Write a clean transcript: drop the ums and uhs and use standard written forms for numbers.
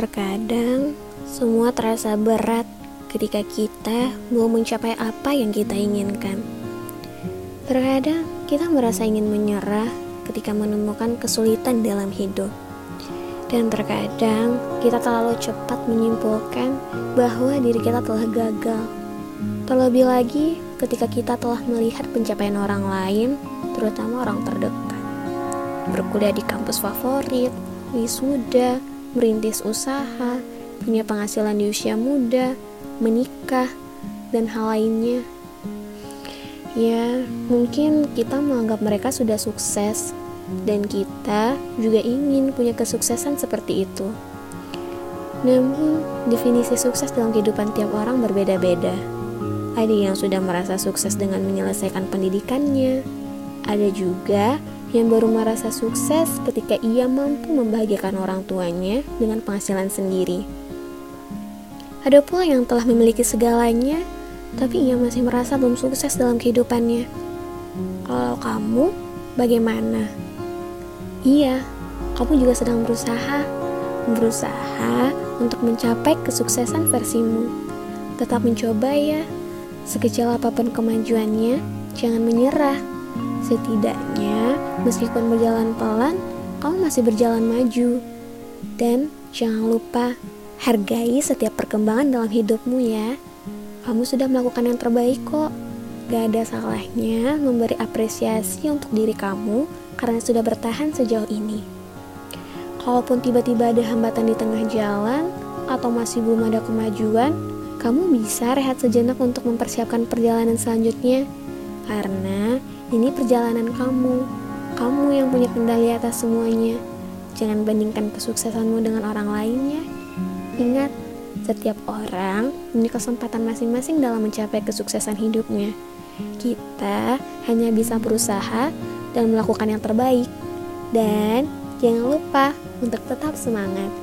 Terkadang semua terasa berat ketika kita mau mencapai apa yang kita inginkan. Terkadang kita merasa ingin menyerah ketika menemukan kesulitan dalam hidup. Dan terkadang kita terlalu cepat menyimpulkan bahwa diri kita telah gagal. Terlebih lagi ketika kita telah melihat pencapaian orang lain, terutama orang terdekat. Berkuliah di kampus favorit, wisuda, merintis usaha, punya penghasilan di usia muda, menikah, dan hal lainnya. Ya, mungkin kita menganggap mereka sudah sukses, dan kita juga ingin punya kesuksesan seperti itu. Namun, definisi sukses dalam kehidupan tiap orang berbeda-beda. Ada yang sudah merasa sukses dengan menyelesaikan pendidikannya, ada juga yang baru merasa sukses ketika ia mampu membahagiakan orang tuanya dengan penghasilan sendiri. Ada pula yang telah memiliki segalanya, tapi ia masih merasa belum sukses dalam kehidupannya. Kalau kamu, bagaimana? Iya, kamu juga sedang berusaha untuk mencapai kesuksesan versimu. Tetap mencoba ya, sekecil apapun kemajuannya, jangan menyerah. Setidaknya, meskipun berjalan pelan, kamu masih berjalan maju. Dan jangan lupa, hargai setiap perkembangan dalam hidupmu ya. Kamu sudah melakukan yang terbaik kok. Gak ada salahnya memberi apresiasi untuk diri kamu karena sudah bertahan sejauh ini. Kalaupun tiba-tiba ada hambatan di tengah jalan atau masih belum ada kemajuan, kamu bisa rehat sejenak untuk mempersiapkan perjalanan selanjutnya. Karena ini perjalanan kamu yang punya kendali atas semuanya. Jangan bandingkan kesuksesanmu dengan orang lainnya. Ingat, setiap orang punya kesempatan masing-masing dalam mencapai kesuksesan hidupnya. Kita hanya bisa berusaha dan melakukan yang terbaik. Dan jangan lupa untuk tetap semangat.